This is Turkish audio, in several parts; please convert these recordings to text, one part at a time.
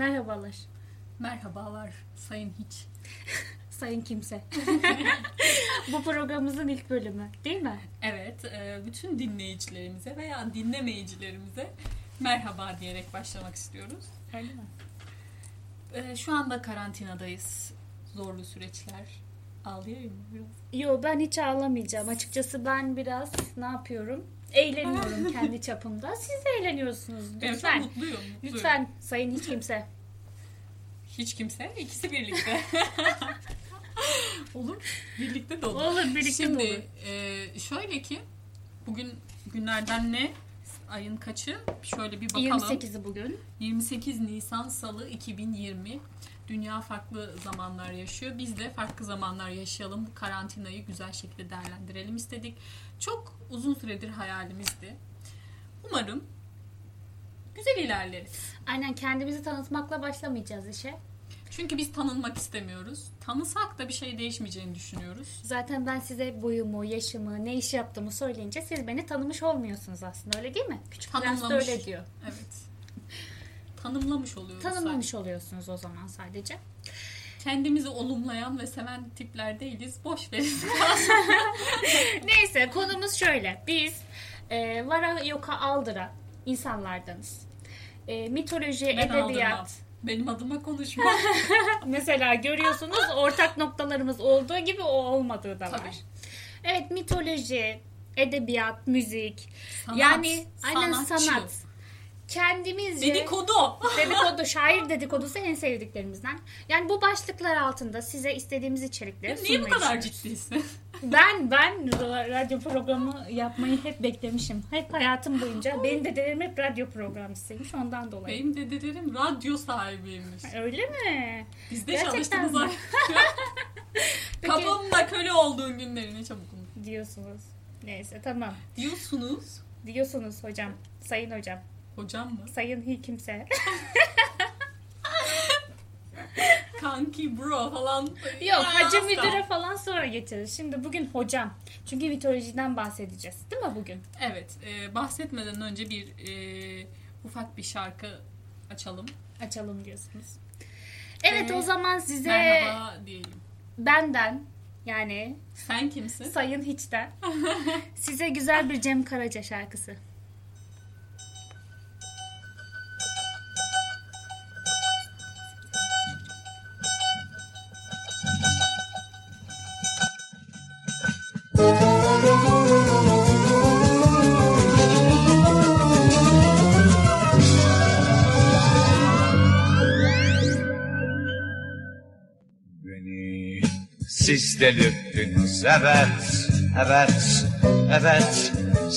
Merhabalar. Merhabalar Sayın Hiç. Sayın kimse. Bu programımızın ilk bölümü değil mi? Evet, bütün dinleyicilerimize veya dinlemeyicilerimize merhaba diyerek başlamak istiyoruz. Öyle mi? Şu anda karantinadayız. Zorlu süreçler. Ağlayayım mı biraz? Yo, ben hiç ağlamayacağım. Açıkçası ben biraz ne yapıyorum? Eğleniyorum kendi çapımda. Siz de eğleniyorsunuz. Ben Lütfen. çok mutluyum. Lütfen sayın hiç kimse. Hiç kimse. İkisi birlikte. Olur. Birlikte de olur. Olur, birlikte de olur. Şimdi şöyle ki bugün günlerden ne? Ayın kaçı? Şöyle bir bakalım. 28'i bugün. 28 Nisan Salı 2020. Dünya farklı zamanlar yaşıyor. Biz de farklı zamanlar yaşayalım. Bu karantinayı güzel şekilde değerlendirelim istedik. Çok uzun süredir hayalimizdi. Umarım güzel ilerleriz. Aynen, kendimizi tanıtmakla başlamayacağız işe. Çünkü biz tanınmak istemiyoruz. Tanısak da bir şey değişmeyeceğini düşünüyoruz. Zaten ben size boyumu, yaşımı, ne iş yaptığımı söyleyince siz beni tanımış olmuyorsunuz aslında, öyle değil mi? Küçük Prens de öyle diyor. Evet. Tanımlamış oluyoruz. Tanımlamış oluyorsunuz o zaman sadece. Kendimizi olumlayan ve seven tipler değiliz. Boş verin. Neyse, konumuz şöyle. Biz vara yoka aldıran insanlardanız. Mitoloji, Ben edebiyat. aldırmam. Benim adıma konuşma. Mesela görüyorsunuz, ortak noktalarımız olduğu gibi o olmadığı da var. Tabii. Evet, mitoloji, edebiyat, müzik. Sanat, yani aynen sanatçı. sanat. Kendimizce Dedikodu. şair dedikodusu en sevdiklerimizden. Yani bu başlıklar altında size istediğimiz içerikleri Niye bu kadar düşünüyoruz. ciddisin? Ben radyo programı yapmayı hep beklemişim. Hep hayatım boyunca. Benim dedelerim hep radyo programcısıymış, ondan dolayı. Benim dedelerim radyo sahibiymiş. Öyle mi? Biz de Gerçekten çalıştığımız mi? Peki. Kapımda köle olduğun günlerini çabuk unut. Diyorsunuz. Neyse, tamam. Diyorsunuz Hocam. Sayın hocam. hocam mı? Sayın hi kimse. Kanki bro falan. Yok, hacı asla. müdüre falan sonra geçeriz. Şimdi bugün hocam. Çünkü mitolojiden bahsedeceğiz. Değil mi bugün? Evet. Bahsetmeden önce bir ufak bir şarkı açalım. Açalım diyorsunuz. Evet, o zaman size merhaba diyelim. benden, yani Sen kimsin? Sayın Hiç'ten size güzel bir Cem Karaca şarkısı. Beni siz delirttiniz, evet, evet, evet,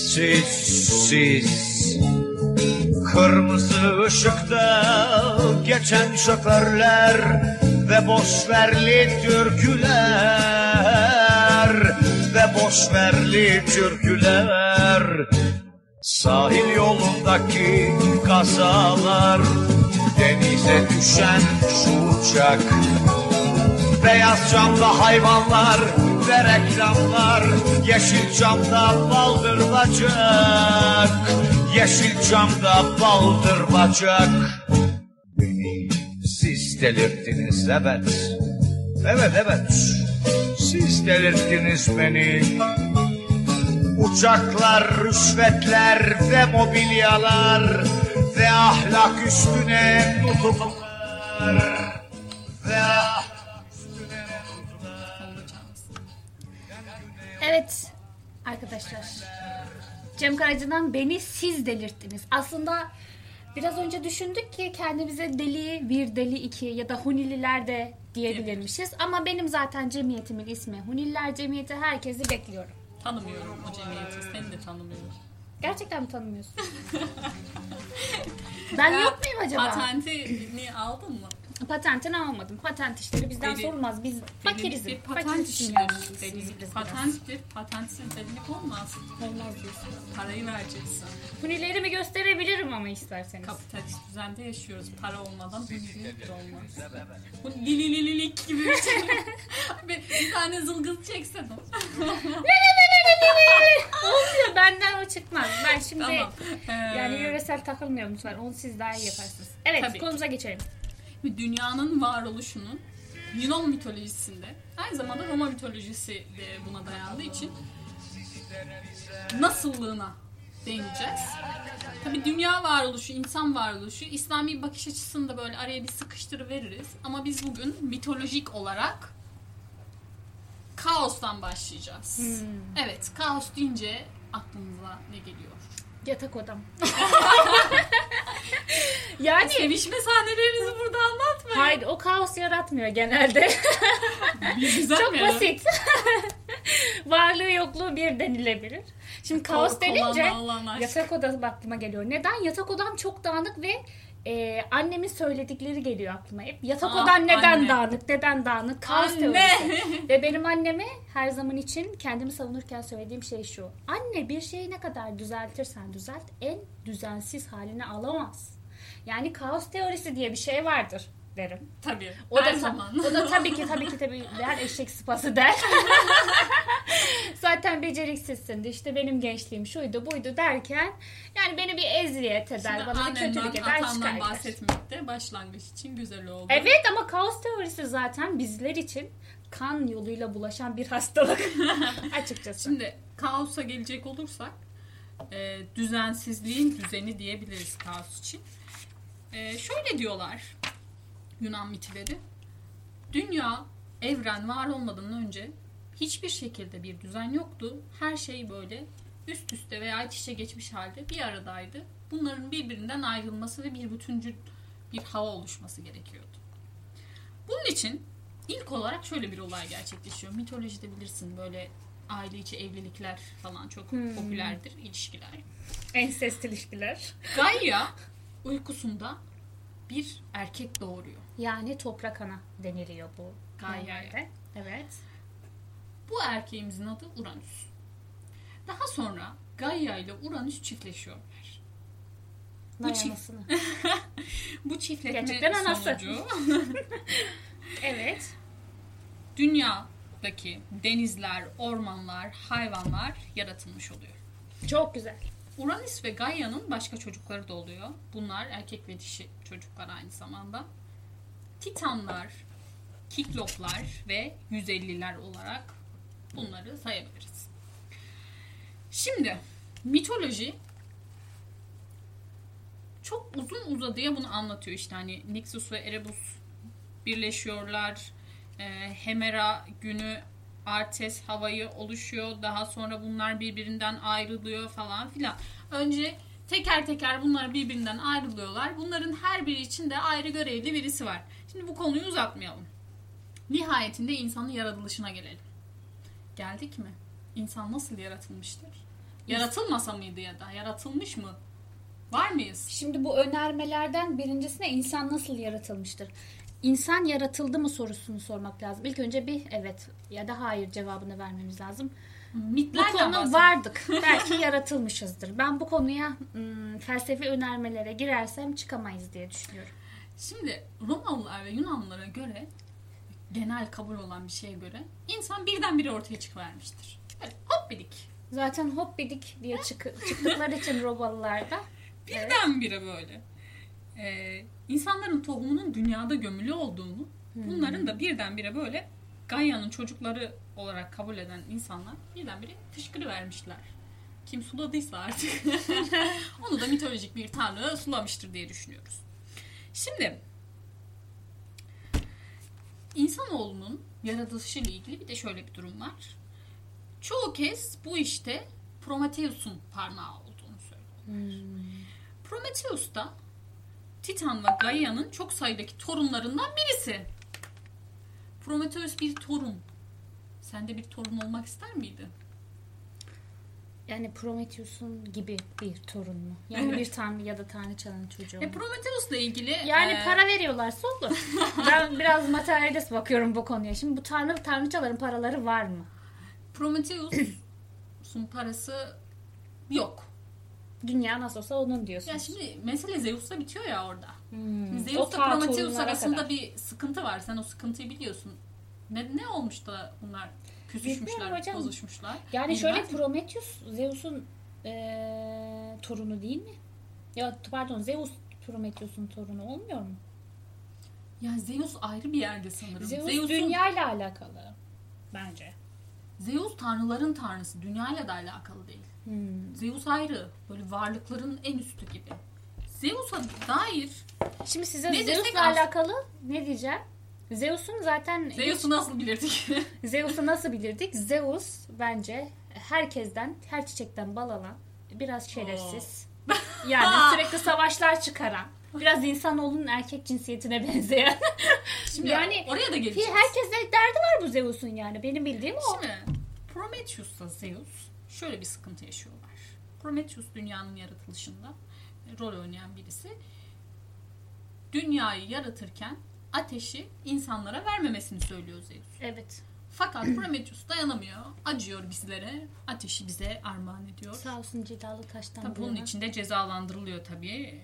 siz kırmızı ışıkta geçen şoförler ve boşverli türküler sahil yolundaki kazalar, denize düşen şu uçak, beyaz camda hayvanlar ve reklamlar, yeşil camda baldır bacak, beni siz delirttiniz, evet, siz delirttiniz beni. Uçaklar, rüşvetler ve mobilyalar ve ahlak üstüne nutuklar Evet arkadaşlar, Cem Karaca'dan beni siz delirttiniz. Aslında biraz önce düşündük ki kendimize deli 1, deli 2 ya da Hunililer de diyebilirmişiz. Ama benim zaten cemiyetimin ismi Hunililer Cemiyeti, herkesi bekliyorum. Tanımıyorum o cemiyeti. Seni de tanımıyorum. Gerçekten mi tanımıyorsun? Ben yok muyum acaba? Patentini aldın mı? Patentini almadım. Patent işleri bizden sorulmaz. Biz fakiriz. Bir patent Fakiriz işleri. yani. Patenttir. Patentsiz delilik olmaz. Olmaz diyorsun. Parayı vereceksin. Hunilerimi gösterebilirim ama isterseniz. Kapitalist düzende yaşıyoruz. Para olmadan hunilik de olmaz. Bu lilililik gibi bir şey. Bir tane zılgıt çeksene. Olmuyor, benden o çıkmaz. Ben şimdi Tamam. yani yöresel takılmıyorum lütfen. Onu siz daha iyi yaparsınız. Evet, Tabii. konumuza geçelim. Ve dünyanın varoluşunun Yunan mitolojisinde, aynı zamanda Roma mitolojisi de buna dayandığı için nasıllığına değineceğiz. Tabii dünya varoluşu, insan varoluşu, İslami bakış açısını da böyle araya bir sıkıştırıveririz. Ama biz bugün mitolojik olarak kaostan başlayacağız. Evet, kaos deyince aklınıza ne geliyor? Yatak odam. Yani sevişme sahnelerinizi burada anlatmayın. Hayır, o kaos yaratmıyor genelde. Çok basit. Varlığı yokluğu bir denilebilir. Şimdi kaos denince yatak odası aklıma geliyor. Neden? Yatak odam çok dağınık ve annemin söyledikleri geliyor aklıma hep. Yatak odan neden dağınık? Neden dağınık? Kaos teorisi. Ve benim anneme her zaman için kendimi savunurken söylediğim şey şu. Anne, bir şeyi ne kadar düzeltirsen düzelt, en düzensiz haline alamaz. Yani kaos teorisi diye bir şey vardır derim. Tabii. O da tabii ki der, eşek sıpası der. Zaten beceriksizsin de işte benim gençliğim şuydu buydu derken yani beni bir eziyet eder, şimdi bana bir kötülük eder, çıkar. Bahsetmek de başlangıç için güzel oldu. Evet, ama kaos teorisi zaten bizler için kan yoluyla bulaşan bir hastalık. Açıkçası. Şimdi kaosa gelecek olursak düzensizliğin düzeni diyebiliriz kaos için. Şöyle diyorlar Yunan mitleri. Dünya, evren var olmadan önce hiçbir şekilde bir düzen yoktu. Her şey böyle üst üste veya iç içe geçmiş halde bir aradaydı. Bunların birbirinden ayrılması ve bir bütüncül bir hava oluşması gerekiyordu. Bunun için ilk olarak şöyle bir olay gerçekleşiyor. Mitolojide bilirsin böyle aile içi evlilikler falan çok popülerdir, ilişkiler. Ensest ilişkiler. Gaia uykusunda bir erkek doğuruyor. Yani toprak ana deniliyor bu Gaia'ya. Evet. Bu erkeğimizin adı Uranüs. Daha sonra Gaia ile Uranüs çiftleşiyorlar. Bu çiftleşme sonucu evet. Dünyadaki denizler, ormanlar, hayvanlar yaratılmış oluyor. Çok güzel. Uranüs ve Gaia'nın başka çocukları da oluyor. Bunlar erkek ve dişi çocuklar aynı zamanda. Titanlar, Kikloplar ve 150'ler olarak bunları sayabiliriz. Şimdi mitoloji çok uzun uzadıya bunu anlatıyor. İşte hani Nixus ve Erebus birleşiyorlar. Hemera günü Artes havayı oluşuyor. Daha sonra bunlar birbirinden ayrılıyor falan filan. Önce teker teker bunlar birbirinden ayrılıyorlar. Bunların her biri için de ayrı görevli birisi var. Şimdi bu konuyu uzatmayalım. Nihayetinde insanın yaratılışına gelelim. Geldik mi? İnsan nasıl yaratılmıştır? Yaratılmasa mıydı ya da? Yaratılmış mı? Var mıyız? Şimdi bu önermelerden birincisine insan nasıl yaratılmıştır? İnsan yaratıldı mı sorusunu sormak lazım. İlk önce bir evet ya da hayır cevabını vermemiz lazım. Bu konu vardık. Belki yaratılmışızdır. Ben bu konuya felsefi önermelere girersem çıkamayız diye düşünüyorum. Şimdi Romalılar ve Yunanlılara göre genel kabul olan bir şeye göre insan birdenbire ortaya çıkıvermiştir. Böyle hop bidik. Zaten hop bidik diye çıktıkları için Romalılarda. Birdenbire böyle. İnsanların tohumunun dünyada gömülü olduğunu, bunların da birdenbire böyle Gaia'nın çocukları olarak kabul eden insanlar birdenbire fışkırıvermişler. Kim suladıysa artık. Onu da mitolojik bir tanrı sulamıştır diye düşünüyoruz. Şimdi insanoğlunun yaratılışıyla ilgili bir de şöyle bir durum var. Çoğu kez bu işte Prometheus'un parmağı olduğunu söylüyorlar. Prometheus da Titan ve Gaia'nın çok sayıdaki torunlarından birisi. Prometheus bir torun. Sen de bir torun olmak ister miydin? Yani Prometheus'un gibi bir torun mu? Yani evet. Bir tanrı ya da tanrıçanın çocuğu mu? Prometheus'la ilgili... Yani para veriyorlarsa olur. Ben biraz materyalist bakıyorum bu konuya. Şimdi bu tanrıçaların paraları var mı? Prometheus'un parası yok. Dünya nasıl olsa onun diyorsun. Ya şimdi mesele Zeus'la bitiyor ya orada. Zeus'la Prometheus arasında kadar bir sıkıntı var. Sen o sıkıntıyı biliyorsun. Ne olmuş da bunlar küsüşmüşler, bozuşmuşlar? Yani şöyle Prometheus Zeus'un torunu değil mi? Ya pardon, Zeus Prometheus'un torunu olmuyor mu? Ya Zeus ayrı bir yerde sanırım. Zeus dünyayla alakalı bence. Zeus tanrıların tanrısı. Dünyayla da alakalı değil. Zeus ayrı. Böyle varlıkların en üstü gibi. Zeus'a dair... Şimdi size Zeus'la alakalı ne diyeceğim? Zeus'un zaten... Zeus'u nasıl bilirdik? Zeus'u nasıl bilirdik? Zeus bence herkesten, her çiçekten bal alan, biraz şerefsiz. Yani sürekli savaşlar çıkaran, biraz insanoğlunun erkek cinsiyetine benzeyen. Şimdi yani oraya da geleceğiz. Herkese derdi var bu Zeus'un yani. Benim bildiğim o. Şimdi Prometheus'la Zeus şöyle bir sıkıntı yaşıyorlar. Prometheus dünyanın yaratılışında rol oynayan birisi. Dünyayı yaratırken ateşi insanlara vermemesini söylüyor Zeus. Evet. Fakat Prometheus dayanamıyor. Acıyor bizlere. Ateşi bize armağan ediyor. Sağ olsun cilalı taştan. Tabii bunun içinde cezalandırılıyor tabii.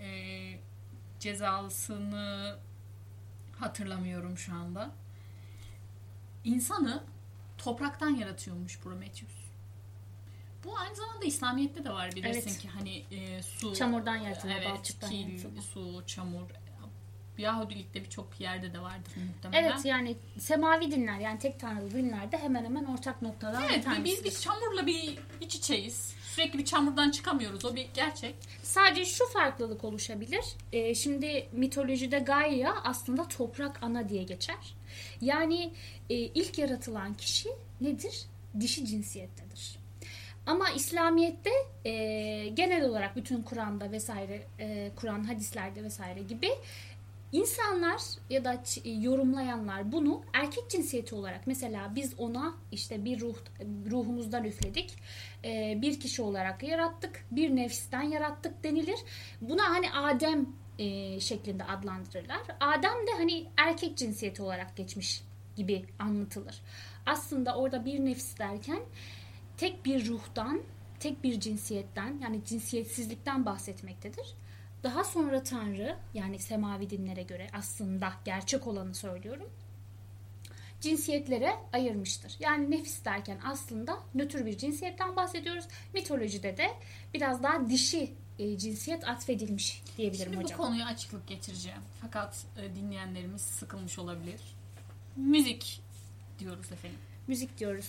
Cezasını hatırlamıyorum şu anda. İnsanı topraktan yaratıyormuş Prometheus. Bu aynı zamanda İslamiyet'te de var bilirsin ki hani su. Çamurdan yaratılma, evet, balçıktan yaratılma. Su, çamur. Yahudilikte birçok yerde de vardır muhtemelen. Evet yani semavi dinler yani tek tanrılı dinlerde hemen hemen ortak noktalar bir tanesidir. Biz çamurla bir iç içeyiz. Sürekli bir çamurdan çıkamıyoruz. O bir gerçek. Sadece şu farklılık oluşabilir. Şimdi mitolojide Gaia aslında toprak ana diye geçer. Yani ilk yaratılan kişi nedir? Dişi cinsiyettedir. Ama İslamiyet'te genel olarak bütün Kur'an'da vesaire, Kur'an hadislerde vesaire gibi İnsanlar ya da yorumlayanlar bunu erkek cinsiyeti olarak mesela biz ona işte bir ruhumuzdan üfledik, bir kişi olarak yarattık, bir nefisten yarattık denilir. Buna hani Adem şeklinde adlandırırlar. Adem de hani erkek cinsiyeti olarak geçmiş gibi anlatılır. Aslında orada bir nefis derken tek bir ruhtan, tek bir cinsiyetten yani cinsiyetsizlikten bahsetmektedir. Daha sonra Tanrı yani semavi dinlere göre aslında gerçek olanı söylüyorum. Cinsiyetlere ayırmıştır. Yani nefis derken aslında nötr bir cinsiyetten bahsediyoruz. Mitolojide de biraz daha dişi cinsiyet atfedilmiş diyebilirim Şimdi hocam. Bu konuya açıklık getireceğim. Fakat dinleyenlerimiz sıkılmış olabilir. Müzik diyoruz efendim. Müzik diyoruz.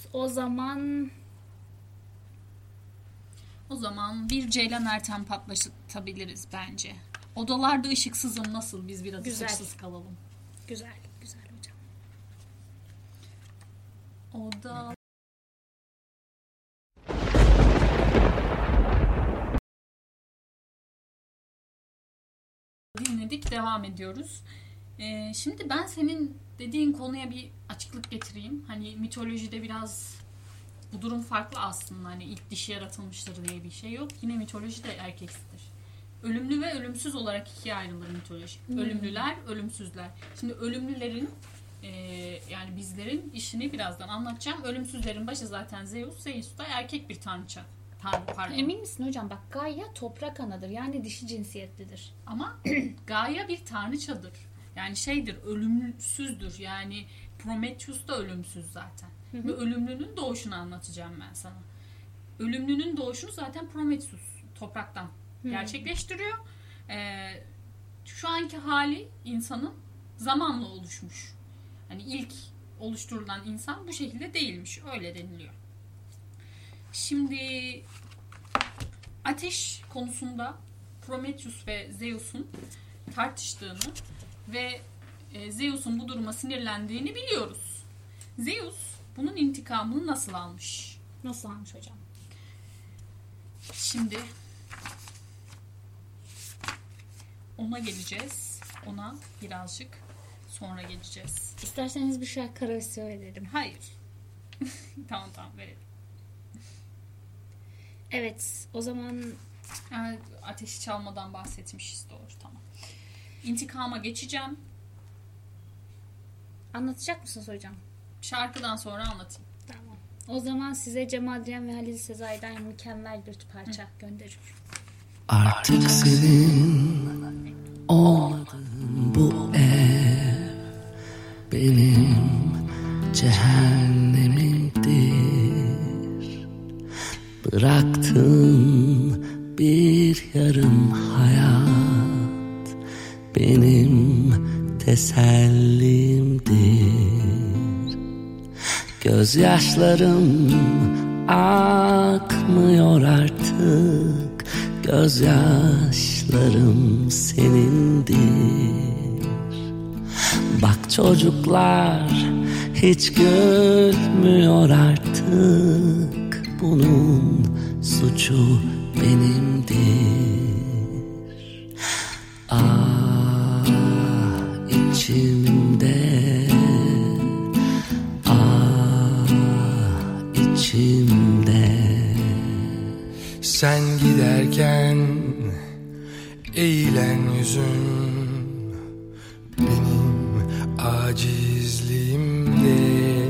O zaman bir Ceylan Ertem patlatabiliriz bence. Odalarda ışıksızım nasıl? Biz biraz ışıksız kalalım. Güzel hocam. Oda... Dinledik, devam ediyoruz. Şimdi ben senin dediğin konuya bir açıklık getireyim. Hani mitolojide biraz bu durum farklı aslında. Hani ilk dişi yaratılmıştır diye bir şey yok. Yine mitoloji de erkeksidir. Ölümlü ve ölümsüz olarak ikiye ayrılır mitoloji. Ölümlüler, ölümsüzler. Şimdi ölümlülerin yani bizlerin işini birazdan anlatacağım. Ölümsüzlerin başı zaten Zeus. Zeus da erkek bir tanrıça. Pardon. Emin misin hocam? Bak Gaia toprak anadır. Yani dişi cinsiyetlidir. Ama Gaia bir tanrıçadır. Yani ölümsüzdür. Yani Prometheus da ölümsüz zaten. Ve ölümlünün doğuşunu anlatacağım ben sana. Ölümlünün doğuşunu zaten Prometheus topraktan gerçekleştiriyor. Şu anki hali insanın zamanla oluşmuş. Hani ilk oluşturulan insan bu şekilde değilmiş. Öyle deniliyor. Şimdi ateş konusunda Prometheus ve Zeus'un tartıştığını ve Zeus'un bu duruma sinirlendiğini biliyoruz. Zeus bunun intikamını nasıl almış? Nasıl almış hocam? Şimdi ona geleceğiz. Ona birazcık sonra geleceğiz. İsterseniz bir şarkı karaoke verelim. Hayır. Tamam verelim. Evet o zaman ateşi çalmadan bahsetmişiz, doğru, tamam. İntikama geçeceğim. Anlatacak mısınız hocam? Şarkıdan sonra anlatayım. Tamam. O zaman size Cem Adrian ve Halil Sezai'den mükemmel bir parça gönderiyorum. Artık senin olmadığın bu ev benim cehennemimdir. Bıraktın bir yarım hayat benim tesellim. Gözyaşlarım akmıyor artık. Gözyaşlarım senindir. Bak çocuklar hiç gülmüyor artık. Bunun suçu benimdir. Ah içimde, ah içimde. Sen giderken eğilen yüzün benim acizliğimdir.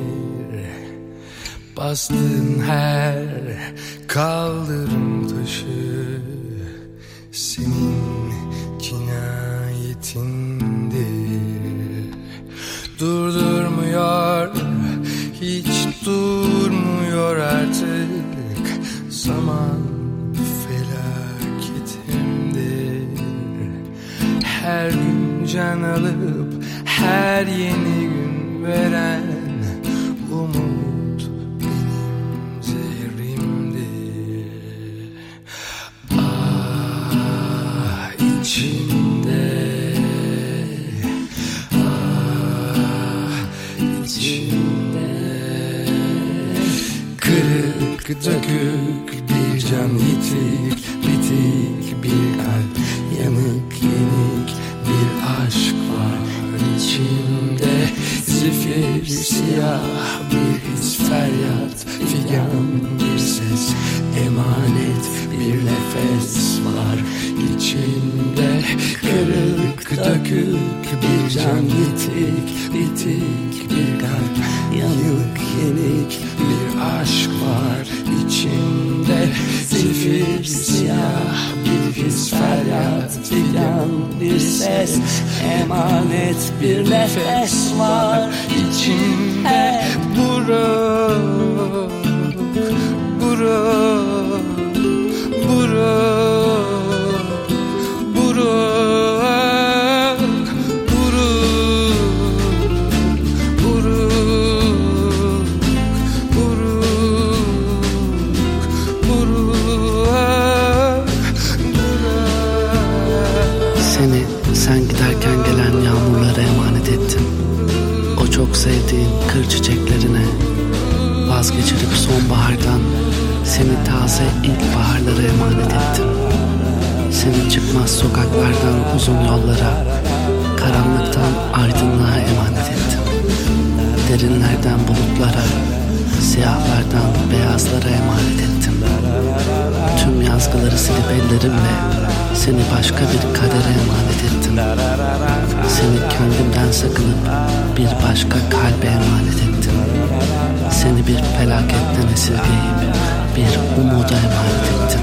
Bastığın her kaldırım taşı senin cinayetindir. Durdurmuyor, hiç durmuyor artık zaman felaketimdir. Her gün can alıp her yeni gün veren umut benim zehrimdir. Ah içimde, ah içimde. Kırık dökük bir can, yitik bitik bir kalp, yanık yenik bir aşk var içimde. Zifir siyah bir his, feryat figan bir ses, emanet bir nefes var içimde. Kırık dökük bir can, yitik bitik bir kalp, yanık yenik bir aşk var içimde. Zifir siyah bir his, feryat figan bir ses, emanet bir nefes var içimde. Buruk, buruk, buruk, buruk, buruk, buruk, buruk. Sen giderken gelen yağmurlara emanet ettim. O çok sevdiğin kır çiçeklerine, vazgeçirip sonbahardan seni taze ilkbaharlara emanet ettim. Seni çıkmaz sokaklardan uzun yollara, karanlıktan aydınlığa emanet ettim. Derinlerden bulutlara, siyahlardan beyazlara emanet ettim. Tüm yazgıları silip ellerimle seni başka bir kadere emanet ettim. Seni kendimden sakınıp bir başka kalbe emanet ettim. Seni bir felaketten esirgeyip bir umuda emanet ettim.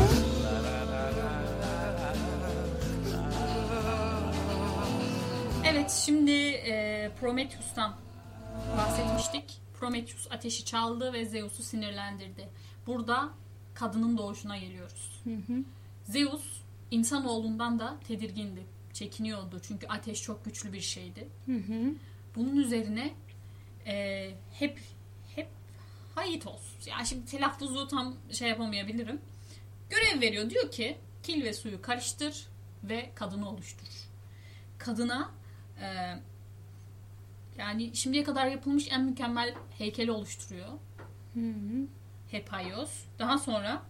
Evet, şimdi Prometheus'tan bahsetmiştik. Prometheus ateşi çaldı ve Zeus'u sinirlendirdi. Burada kadının doğuşuna geliyoruz. Zeus insanoğlundan da tedirgindi, çekiniyordu çünkü ateş çok güçlü bir şeydi. Bunun üzerine hep Haitos, yani şimdi telaffuzu tam şey yapamayabilirim, görev veriyor, diyor ki kil ve suyu karıştır ve kadını oluştur. Kadına yani şimdiye kadar yapılmış en mükemmel heykeli oluşturuyor. Hepaios. Daha sonra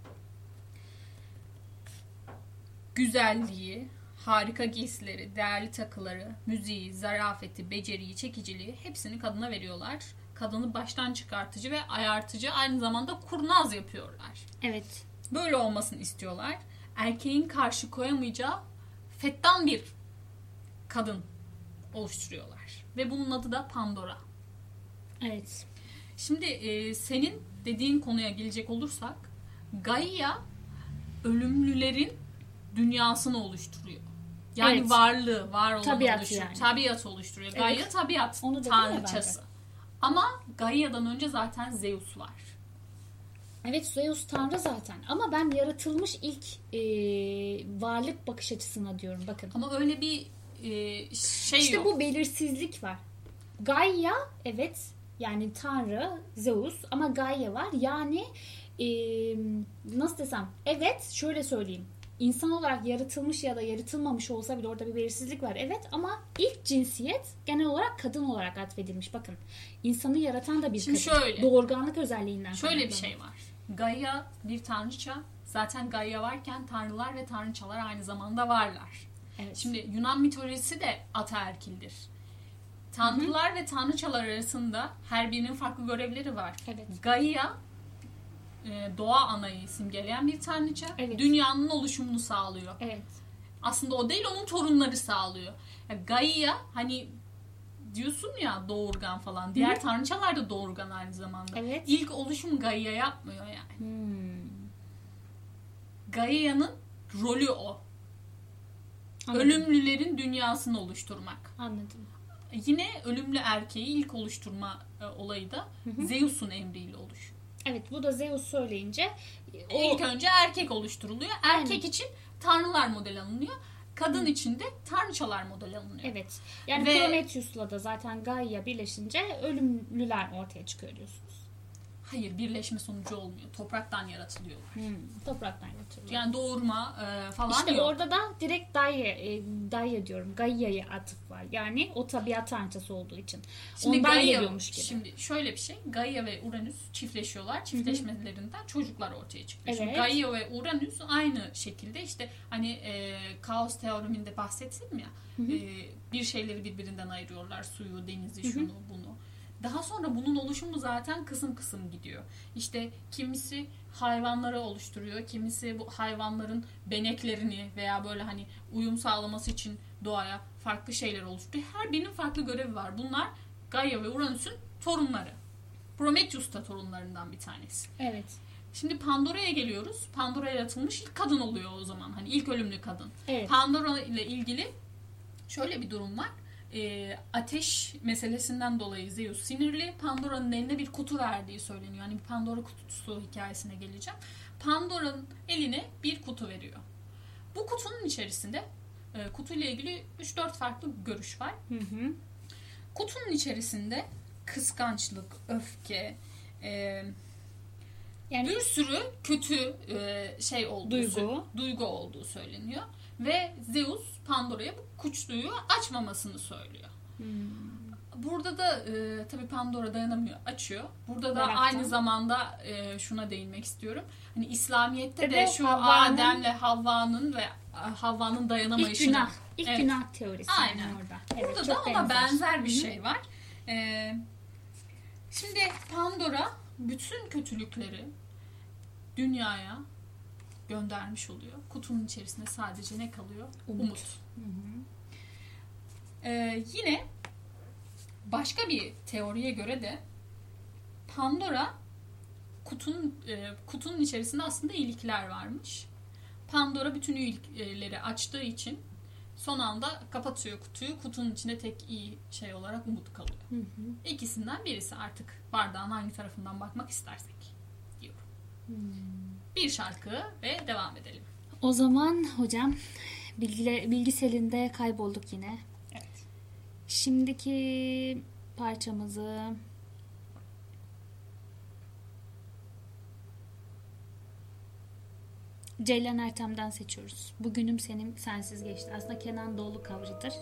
güzelliği, harika giysileri, değerli takıları, müziği, zarafeti, beceriyi, çekiciliği hepsini kadına veriyorlar. Kadını baştan çıkartıcı ve ayartıcı, aynı zamanda kurnaz yapıyorlar. Evet. Böyle olmasını istiyorlar. Erkeğin karşı koyamayacağı fettan bir kadın oluşturuyorlar. Ve bunun adı da Pandora. Evet. Şimdi senin dediğin konuya gelecek olursak, Gaia ölümlülerin dünyasını oluşturuyor. Yani evet. Varlığı, var olanı tabiat oluşturuyor. Yani. Tabiatı oluşturuyor. Evet. Gaia tabiat onu tanrıçası. Ama Gaia'dan önce zaten Zeus var. Evet, Zeus tanrı zaten. Ama ben yaratılmış ilk varlık bakış açısına diyorum. Bakın. Ama öyle bir şey işte yok. bu belirsizlik var. Gaia evet Yani Tanrı Zeus ama Gaia var. Yani nasıl desem? Evet, şöyle söyleyeyim. İnsan olarak yaratılmış ya da yaratılmamış olsa bile orada bir belirsizlik var. Evet, ama ilk cinsiyet genel olarak kadın olarak atfedilmiş. Bakın, insanı yaratan da bir Şimdi kadın. şöyle. Doğurganlık özelliğinden. Şöyle bir şey var. Gaia bir tanrıça. Zaten Gaia varken tanrılar ve tanrıçalar aynı zamanda varlar. Evet. Şimdi Yunan mitolojisi de ataerkildir. Tanrılar ve tanrıçalar arasında her birinin farklı görevleri var. Evet. Gaia doğa anayı simgeleyen bir tanrıça. Evet. Dünyanın oluşumunu sağlıyor. Evet. Aslında o değil, onun torunları sağlıyor. Gaia hani diyorsun ya doğurgan falan. Diğer tanrıçalar da doğurgan aynı zamanda. Evet. İlk oluşum Gaia yapmıyor yani. Gaia'nın rolü o. Anladım. Ölümlülerin dünyasını oluşturmak. Anladım. Yine ölümlü erkeği ilk oluşturma olayı da Zeus'un emriyle oluşuyor. Evet, bu da Zeus söyleyince İlk önce erkek oluşturuluyor. Erkek Aynen. için tanrılar model alınıyor. Kadın için de tanrıçalar model alınıyor. evet. Yani Ve- Prometheus'la da zaten Gaia birleşince ölümlüler ortaya çıkıyor diyorsunuz. Hayır, birleşme sonucu olmuyor. Topraktan yaratılıyorlar. Topraktan yaratılıyor. Yani doğurma falan İşte yok. orada da direkt Gaia diyorum. Gaia'ya atıf var. Yani o tabiat tanrıçası olduğu için. Ondan Gaia, geliyormuş gibi. Şimdi şöyle bir şey. Gaia ve Uranüs çiftleşiyorlar. Çiftleşmelerinden çocuklar ortaya çıkıyor. Şimdi Evet. Gaia ve Uranüs aynı şekilde işte hani kaos teoreminde bahsettim ya. Bir şeyleri birbirinden ayırıyorlar. Suyu, denizi, şunu, bunu. Daha sonra bunun oluşumu zaten kısım kısım gidiyor. İşte kimisi hayvanları oluşturuyor. Kimisi bu hayvanların beneklerini veya böyle hani uyum sağlaması için doğaya farklı şeyler oluşturuyor. Her birinin farklı görevi var. Bunlar Gaia ve Uranüs'ün torunları. Prometheus da torunlarından bir tanesi. Evet. Şimdi Pandora'ya geliyoruz. Pandora yaratılmış ilk kadın oluyor o zaman. Hani ilk ölümlü kadın. Evet. Pandora ile ilgili şöyle bir durum var. Ateş meselesinden dolayı Zeus sinirli. Pandora'nın eline bir kutu verdiği söyleniyor. Yani bir Pandora kutusu hikayesine geleceğim. Pandora'nın eline bir kutu veriyor. Bu kutunun içerisinde kutuyla ilgili 3-4 farklı görüş var. Kutunun içerisinde kıskançlık, öfke, Yani bir sürü kötü şey olduğu, Duygu. olduğu söyleniyor. Ve Zeus Pandora'ya bu kutuyu açmamasını söylüyor. Burada da tabii Pandora dayanamıyor, açıyor. Burada da Meraktan. aynı zamanda şuna değinmek istiyorum. Hani İslamiyet'te de de şu Havva'nın- Adem'le Havva'nın ve Havva'nın dayanamayışını. ilk Evet. günah teorisi. Aynen. Yani orada. Evet, Burada çok da ona benzer bir şey var. Şimdi Pandora bütün kötülükleri dünyaya göndermiş oluyor. Kutunun içerisinde sadece ne kalıyor? Umut. Yine başka bir teoriye göre de Pandora kutunun içerisinde aslında iyilikler varmış. Pandora bütün iyilikleri açtığı için son anda kapatıyor kutuyu. Kutunun içinde tek iyi şey olarak umut kalıyor. İkisinden birisi, artık bardağın hangi tarafından bakmak istersek diyorum. Bir şarkı ve devam edelim. O zaman hocam bilgi selinde kaybolduk yine. Evet. Şimdiki parçamızı Ceylan Ertem'den seçiyoruz. Bugünüm senin sensiz geçti. Aslında Kenan Doğulu cover'ıdır.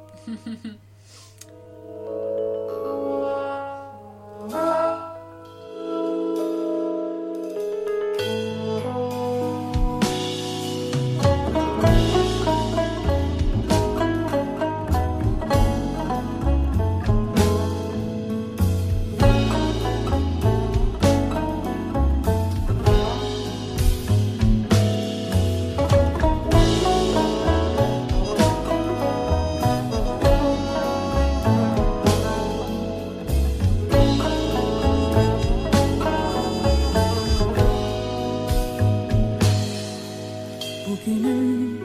Bugünüm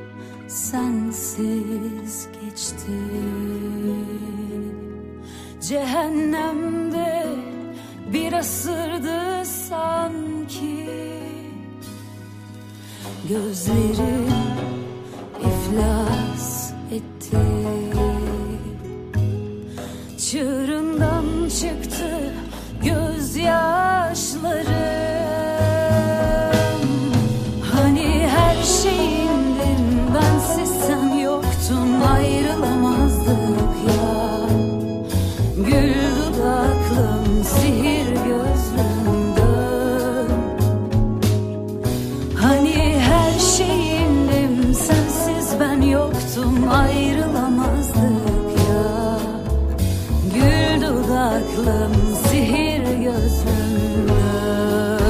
sensiz geçti. Cehennemde bir asırdı sanki. Gözlerim iflas etti. Çığırından çıktı gözyaşlarım. Hani her şeyimdin, bensiz sen yoktun, ayrılamazdık ya. Gül dudaklım, sihir gözlüm dön. Hani her şeyimdim, sensiz ben yoktum, ayrılamazdık ya. Gül dudaklım, sihir gözlüm dön.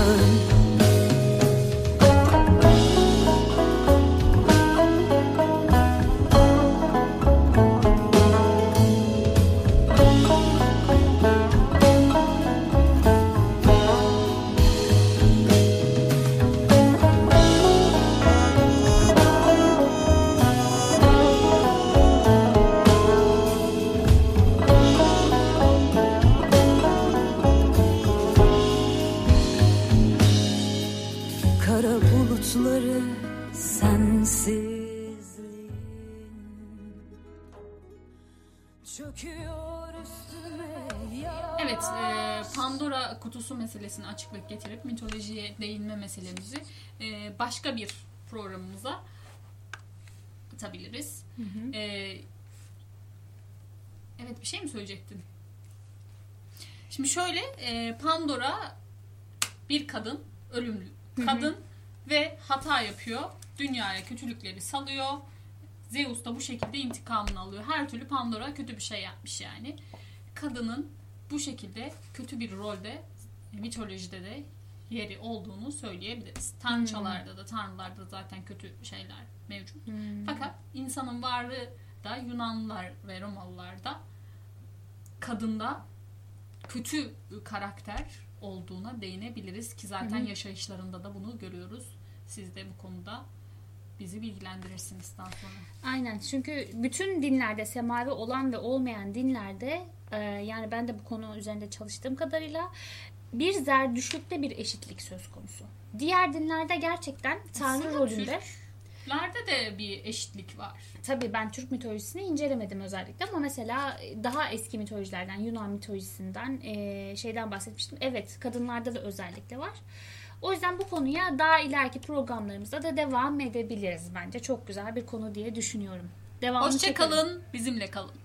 Kara bulutları sensizliğin çöküyor üstüme ya. Evet, Pandora kutusu meselesine açıklık getirip mitolojiye değinme meselemizi başka bir programımıza atabiliriz. Evet, bir şey mi söyleyecektin? Şimdi şöyle, Pandora bir kadın, ölümlü kadın ve hata yapıyor. Dünyaya kötülükleri salıyor. Zeus da bu şekilde intikamını alıyor. Her türlü Pandora kötü bir şey yapmış yani. Kadının bu şekilde kötü bir rolde mitolojide de yeri olduğunu söyleyebiliriz. Tanrıçalarda da, tanrılarda zaten kötü şeyler mevcut. Fakat insanın varlığı da Yunanlılar ve Romalılarda kadında kötü karakter olduğuna değinebiliriz ki zaten yaşayışlarında da bunu görüyoruz. Siz de bu konuda bizi bilgilendirirsiniz daha sonra. Aynen, çünkü bütün dinlerde, semavi olan ve olmayan dinlerde, yani ben de bu konu üzerinde çalıştığım kadarıyla bir zerdüştlükte bir eşitlik söz konusu. Diğer dinlerde gerçekten tanrı rolünde. Türklerde de bir eşitlik var. Tabii ben Türk mitolojisini incelemedim özellikle ama mesela daha eski mitolojilerden, Yunan mitolojisinden şeyden bahsetmiştim. Evet, kadınlarda da özellikle var. O yüzden bu konuya daha ileriki programlarımızda da devam edebiliriz bence. Çok güzel bir konu diye düşünüyorum. Devamını Hoşça kalın, bizimle kalın.